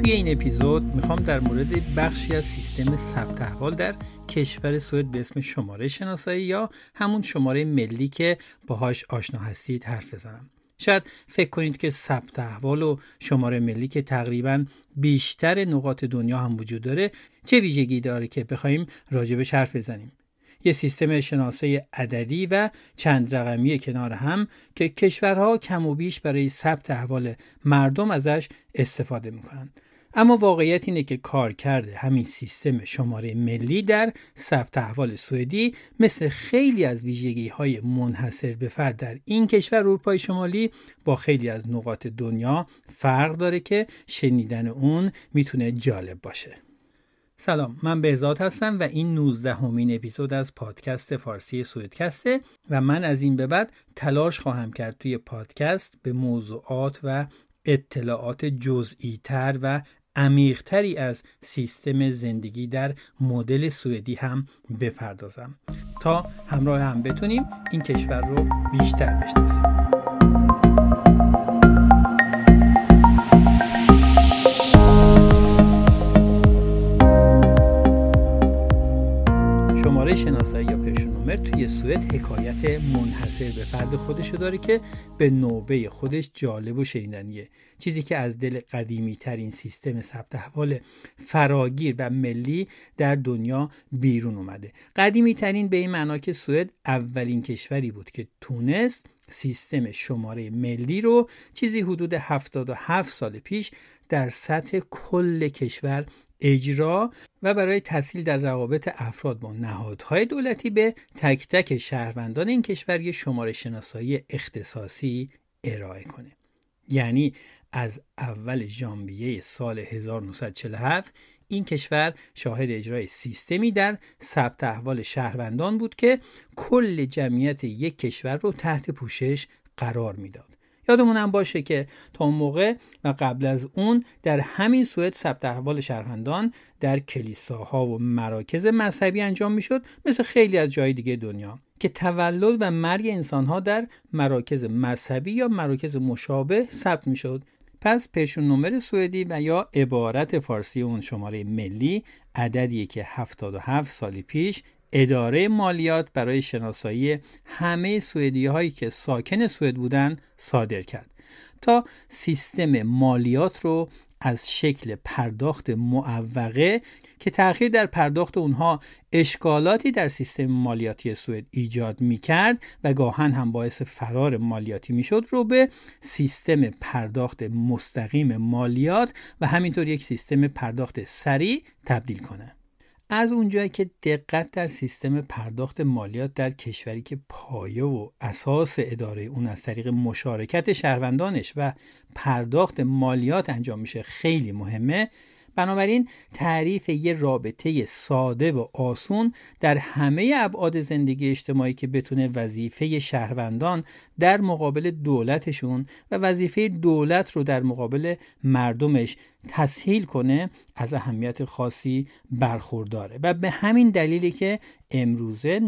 توی این اپیزود میخوام در مورد بخشی از سیستم ثبت احوال در کشور سوئد به اسم شماره شناسایی یا همون شماره ملی که باهاش آشنا هستید حرف بزنم. شاید فکر کنید که ثبت احوال و شماره ملی که تقریباً بیشتر نقاط دنیا هم وجود داره چه ویژگی داره که بخوایم راجبش حرف بزنیم. یه سیستم شناسایی عددی و چند رقمی کنار هم که کشورها کم و بیش برای ثبت احوال مردم ازش استفاده میکنن. اما واقعیت اینه که کارکرد همین سیستم شماره ملی در ثبت احوال سوئدی مثل خیلی از ویژگی‌های منحصر به فرد در این کشور اروپای شمالی با خیلی از نقاط دنیا فرق داره که شنیدن اون میتونه جالب باشه. سلام، من بهزاد هستم و این 19مین اپیزود از پادکست فارسی سوئدکسته و من از این به بعد تلاش خواهم کرد توی پادکست به موضوعات و اطلاعات جزئی تر و عمیق‌تری از سیستم زندگی در مدل سوئدی هم بپردازم تا همراه هم بتونیم این کشور رو بیشتر بشناسیم. شماره شناسایی یا پرسونومر توی سوئد حکایت منحصر به فرد خودشو داره که به نوبه خودش جالب و شنیدنیه. چیزی که از دل قدیمی ترین سیستم ثبت احوال فراگیر و ملی در دنیا بیرون اومده. قدیمی ترین به این معنا که سوئد اولین کشوری بود که تونست سیستم شماره ملی رو چیزی حدود 77 سال پیش در سطح کل کشور اجرا و برای تسهیل در روابط افراد با نهادهای دولتی به تک تک شهروندان این کشور یک شماره شناسایی اختصاصی ارائه کنه. یعنی از اول ژانویه سال 1947 این کشور شاهد اجرای سیستمی در ثبت احوال شهروندان بود که کل جمعیت یک کشور رو تحت پوشش قرار میداد. یادمون هم باشه که تا اون موقع و قبل از اون در همین سوئد ثبت احوال شهروندان در کلیساها و مراکز مذهبی انجام میشد، مثل خیلی از جای دیگه دنیا که تولد و مرگ انسانها در مراکز مذهبی یا مراکز مشابه ثبت میشد. پس پرسونومر سوئدی و یا عبارت فارسی اون شماره ملی عددیه که 77 سال پیش اداره مالیات برای شناسایی همه سوئدی هایی که ساکن سوئد بودن صادر کرد تا سیستم مالیات رو از شکل پرداخت معوقه که تأخیر در پرداخت اونها اشکالاتی در سیستم مالیاتی سوئد ایجاد میکرد و گاهن هم باعث فرار مالیاتی میشد رو به سیستم پرداخت مستقیم مالیات و همینطور یک سیستم پرداخت سریع تبدیل کنه. از اونجایی که دقت در سیستم پرداخت مالیات در کشوری که پایه و اساس اداره اون از طریق مشارکت شهروندانش و پرداخت مالیات انجام میشه خیلی مهمه، بنابراین تعریف یه رابطه ساده و آسون در همه ابعاد زندگی اجتماعی که بتونه وظیفه شهروندان در مقابل دولتشون و وظیفه دولت رو در مقابل مردمش تسهیل کنه از اهمیت خاصی برخورداره و به همین دلیلی که امروزه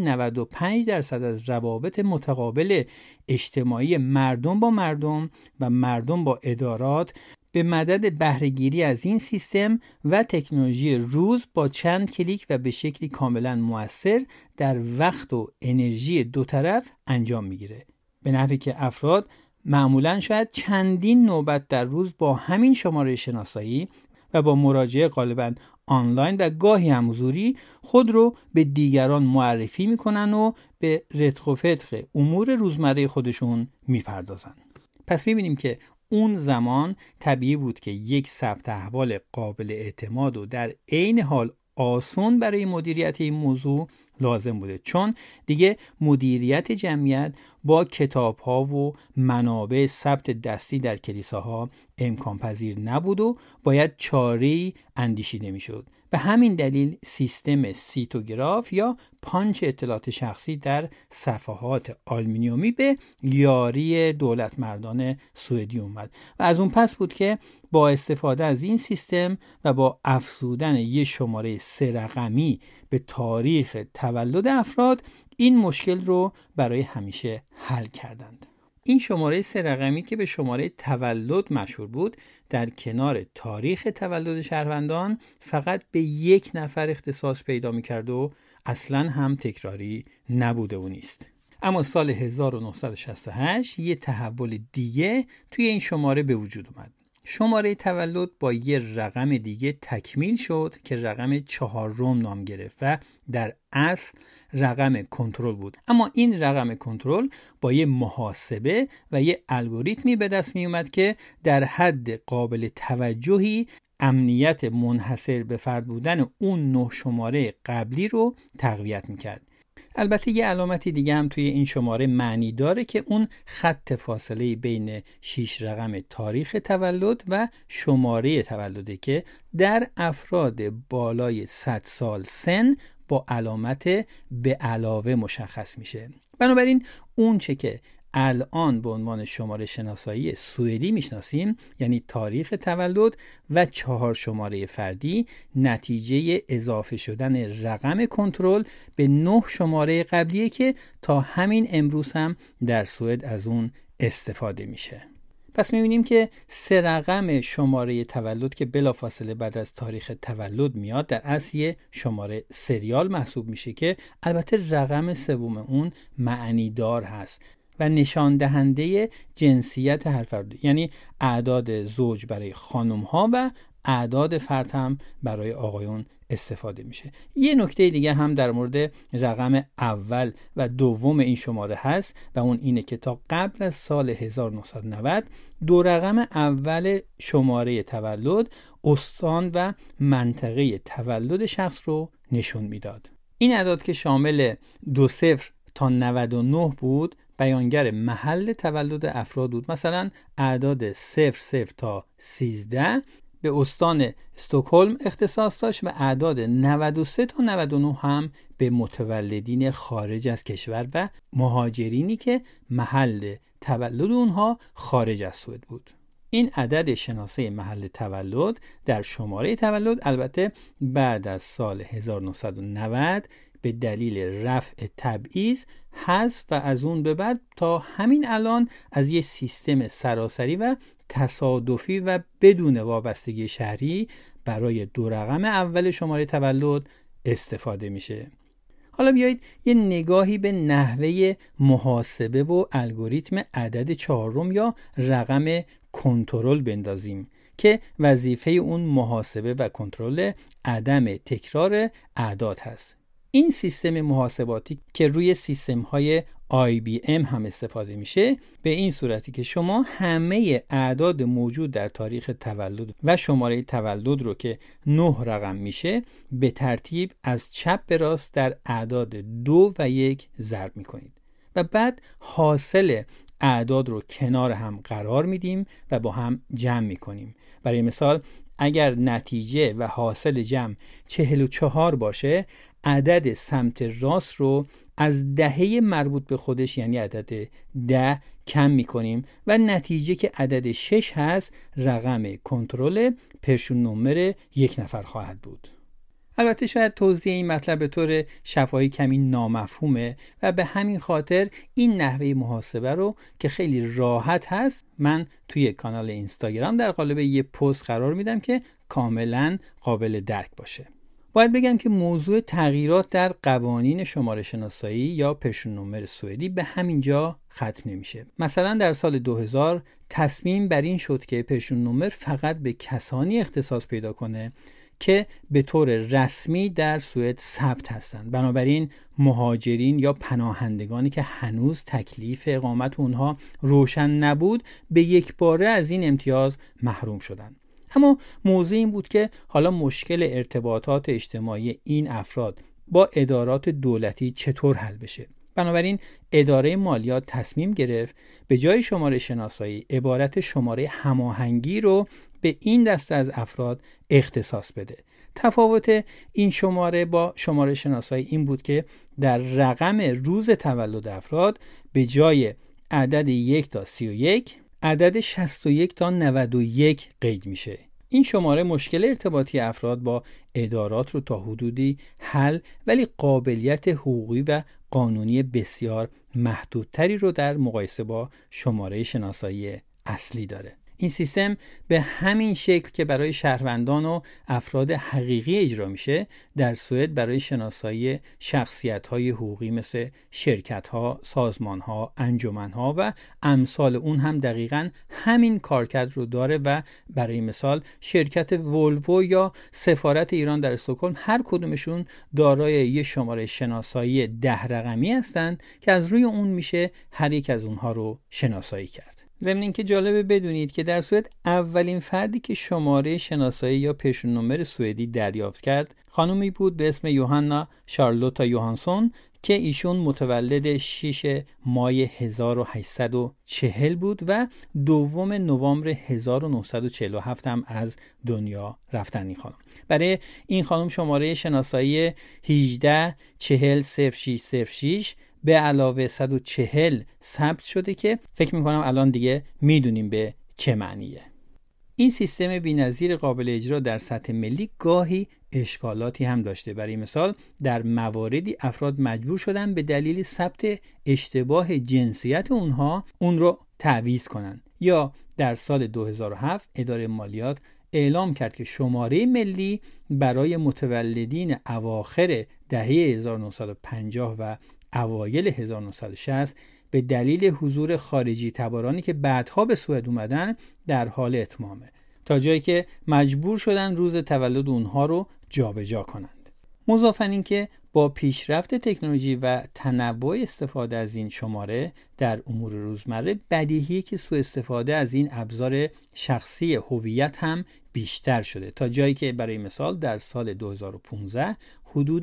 95% از روابط متقابل اجتماعی مردم با مردم و مردم با ادارات به مدد بهره‌گیری از این سیستم و تکنولوژی روز با چند کلیک و به شکلی کاملا مؤثر در وقت و انرژی دو طرف انجام میگیره، به نحوی که افراد معمولاً شاید چندین نوبت در روز با همین شماره شناسایی و با مراجعه غالباً آنلاین و گاهی هم حضوری خود رو به دیگران معرفی میکنن و به رتق و فتق امور روزمره خودشون میپردازن. پس میبینیم که اون زمان طبیعی بود که یک ثبت احوال قابل اعتماد و در عین حال آسون برای مدیریت این موضوع لازم بوده، چون دیگه مدیریت جمعیت با کتاب‌ها و منابع ثبت دستی در کلیساها امکان پذیر نبود و باید چاره‌ای اندیشیده می‌شد. به همین دلیل سیستم سیتوگراف یا پانچ اطلاعات شخصی در صفحات آلومینیومی به یاری دولت مردان سوئدی اومد و از اون پس بود که با استفاده از این سیستم و با افزودن یک شماره 3 رقمی به تاریخ تولد افراد این مشکل رو برای همیشه حل کردند. این شماره 3 رقمی که به شماره تولد مشهور بود، در کنار تاریخ تولد شهروندان فقط به یک نفر اختصاص پیدا می‌کرد و اصلاً هم تکراری نبوده و نیست. اما سال 1968 یه تحول دیگه توی این شماره به وجود اومد. شماره تولد با یه رقم دیگه تکمیل شد که رقم 4 نام گرفت و در اصل رقم کنترل بود. اما این رقم کنترل با یه محاسبه و یه الگوریتمی به دست می اومد که در حد قابل توجهی امنیت منحصر به فرد بودن اون 9 شماره قبلی رو تقویت میکرد. البته یه علامتی دیگه هم توی این شماره معنی داره که اون خط فاصله بین 6 رقم تاریخ تولد و شماره تولده که در افراد بالای 100 سال سن با علامت به علاوه مشخص میشه. بنابراین اون چه که الان به عنوان شماره شناسایی سوئدی میشناسیم، یعنی تاریخ تولد و 4 شماره فردی، نتیجه اضافه شدن رقم کنترل به 9 شماره قبلیه که تا همین امروز هم در سوئد از اون استفاده میشه. پس میبینیم که 3 رقم شماره تولد که بلافاصله بعد از تاریخ تولد میاد در اصل شماره سریال محسوب میشه که البته رقم سوم اون معنی دار هست و نشان دهنده جنسیت هر فرد، یعنی اعداد زوج برای خانم ها و اعداد فرد هم برای آقایون استفاده میشه. یه نکته دیگه هم در مورد رقم اول و دوم این شماره هست و اون اینه که تا قبل از سال 1990 2 رقم اول شماره تولد استان و منطقه تولد شخص رو نشون میداد. این اعداد که شامل 20 تا 99 بود بیانگر محل تولد افراد بود. مثلا اعداد 00 تا 13 به استان استکهلم اختصاص داشت و اعداد 93 تا 99 هم به متولدین خارج از کشور و مهاجرینی که محل تولد اونها خارج از سوئد بود. این عدد شناسه محل تولد در شماره تولد البته بعد از سال 1990 به دلیل رفع تبعیض حذف و از اون به بعد تا همین الان از یک سیستم سراسری و تصادفی و بدون وابستگی شهری برای 2 رقم اول شماره تولد استفاده میشه. حالا بیایید یه نگاهی به نحوه محاسبه و الگوریتم عدد 4 یا رقم کنترل بندازیم که وظیفه اون محاسبه و کنترل عدم تکرار اعداد هست. این سیستم محاسباتی که روی سیستم‌های IBM هم استفاده میشه به این صورتی که شما همه اعداد موجود در تاریخ تولد و شماره تولد رو که 9 رقم میشه به ترتیب از چپ به راست در اعداد 2 و 1 ضرب میکنید و بعد حاصل اعداد رو کنار هم قرار میدیم و با هم جمع میکنیم. برای مثال اگر نتیجه و حاصل جمع 44 باشه، عدد سمت راست رو از دهه مربوط به خودش یعنی عدد 10 کم میکنیم و نتیجه که عدد 6 هست رقم کنترل پرشون نمبر 1 نفر خواهد بود. البته شاید توضیح این مطلب به طور شفاهی کمی نامفهومه و به همین خاطر این نحوه محاسبه رو که خیلی راحت هست من توی کانال اینستاگرام در قالب یه پست قرار میدم که کاملا قابل درک باشه. باید بگم که موضوع تغییرات در قوانین شماره شناسایی یا پرشون نمبر سوئدی به همین جا ختم نمیشه. مثلا در سال 2000 تصمیم بر این شد که پرشون نمبر فقط به کسانی اختصاص پیدا کنه که به طور رسمی در سوئد ثبت هستند. بنابراین مهاجرین یا پناهندگانی که هنوز تکلیف اقامت اونها روشن نبود به یک باره از این امتیاز محروم شدند. اما موضوع این بود که حالا مشکل ارتباطات اجتماعی این افراد با ادارات دولتی چطور حل بشه. بنابراین اداره مالیات تصمیم گرفت به جای شماره شناسایی عبارت شماره هماهنگی رو به این دسته از افراد اختصاص بده. تفاوت این شماره با شماره شناسایی این بود که در رقم روز تولد افراد به جای عدد 1 تا 31 عدد 61 تا 91 قید میشه. این شماره مشکل ارتباطی افراد با ادارات رو تا حدودی حل ولی قابلیت حقوقی و قانونی بسیار محدودتری رو در مقایسه با شماره شناسایی اصلی داره. این سیستم به همین شکل که برای شهروندان و افراد حقیقی اجرا میشه، در سوئد برای شناسایی شخصیت‌های حقوقی مثل شرکت‌ها، سازمان‌ها، انجمن‌ها و امثال اون هم دقیقاً همین کارکرد رو داره و برای مثال شرکت ولوو یا سفارت ایران در استکهلم هر کدومشون دارای یه شماره شناسایی 10 رقمی هستند که از روی اون میشه هر یک از اونها رو شناسایی کرد. ضمن اینکه جالبه بدونید که در سوئد اولین فردی که شماره شناسایی یا پرسوننومر سوئدی دریافت کرد خانومی بود به اسم یوهانا شارلوتا یوهانسون که ایشون متولد 6 مای 1840 بود و 2 نوامبر 1947 هم از دنیا رفتن این خانم. برای این خانم شماره شناسایی 18400606 به علاوه 140 ثبت شده که فکر میکنم الان دیگه میدونیم به چه معنیه. این سیستم بی‌نظیر قابل اجرا در سطح ملی گاهی اشکالاتی هم داشته. برای مثال در مواردی افراد مجبور شدن به دلیل ثبت اشتباه جنسیت اونها اون رو تعویض کنن. یا در سال 2007 اداره مالیات اعلام کرد که شماره ملی برای متولدین اواخر دهه 1950 و اوایل 1960 به دلیل حضور خارجی تبارانی که بعدها به سوئد اومدن در حال اتمامه، تا جایی که مجبور شدن روز تولد اونها رو جابجا کنند. مضافاً این که با پیشرفت تکنولوژی و تنوع استفاده از این شماره در امور روزمره بدیهیه که سوء استفاده از این ابزار شخصی هویت هم بیشتر شده، تا جایی که برای مثال در سال 2015 حدود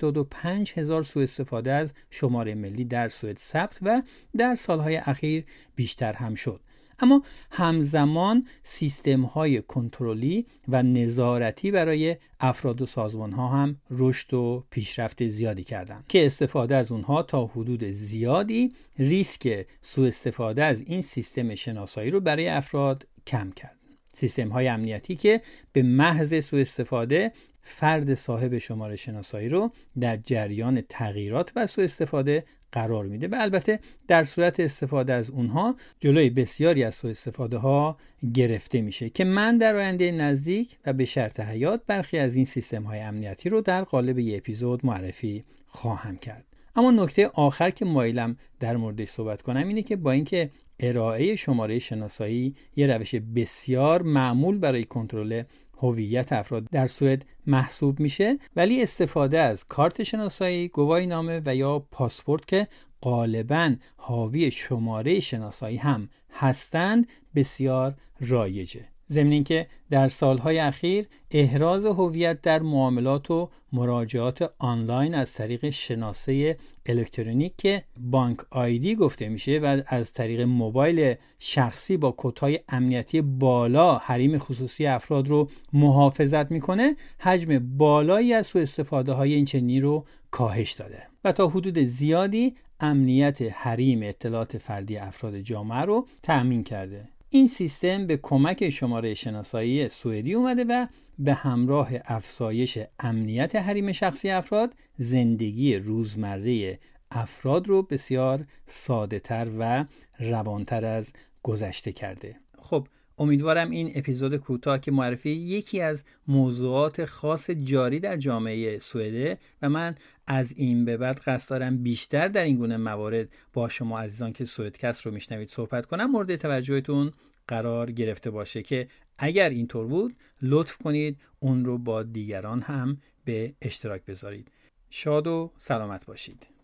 85,000 سوء استفاده از شماره ملی در سوئد ثبت و در سالهای اخیر بیشتر هم شد. اما همزمان سیستم‌های کنترلی و نظارتی برای افراد و سازمان‌ها هم رشد و پیشرفت زیادی کردند که استفاده از اونها تا حدود زیادی ریسک سوء استفاده از این سیستم شناسایی رو برای افراد کم کرد. سیستم‌های امنیتی که به محض سوء استفاده فرد صاحب شماره شناسایی رو در جریان تغییرات و سوء استفاده قرار میده و البته در صورت استفاده از اونها جلوی بسیاری از سوء استفاده ها گرفته میشه که من در آینده نزدیک و به شرط حیات برخی از این سیستم های امنیتی رو در قالب یک اپیزود معرفی خواهم کرد. اما نکته آخر که مایلم در موردش صحبت کنم اینه که با اینکه ارائه شماره شناسایی یه روش بسیار معمول برای کنترل هویت افراد در سوئد محسوب میشه، ولی استفاده از کارت شناسایی، گواهینامه و یا پاسپورت که غالباً حاوی شماره شناسایی هم هستند بسیار رایجه. ضمن اینکه در سالهای اخیر احراز هویت در معاملات و مراجعات آنلاین از طریق شناسه الکترونیک که بانک آیدی گفته میشه و از طریق موبایل شخصی با کدهای امنیتی بالا حریم خصوصی افراد رو محافظت میکنه، حجم بالایی از سوء استفاده های این چنینی رو کاهش داده و تا حدود زیادی امنیت حریم اطلاعات فردی افراد جامعه رو تأمین کرده. این سیستم به کمک شماره شناسایی سوئدی اومده و به همراه افزایش امنیت حریم شخصی افراد زندگی روزمره افراد رو بسیار ساده‌تر و روانتر از گذشته کرده. خب امیدوارم این اپیزود کوتاه که معرفی یکی از موضوعات خاص جاری در جامعه سوئده و من از این به بعد قصد دارم بیشتر در این گونه موارد با شما عزیزان که سوئدکست رو میشنوید صحبت کنم مورد توجهتون قرار گرفته باشه که اگر اینطور بود لطف کنید اون رو با دیگران هم به اشتراک بذارید. شاد و سلامت باشید.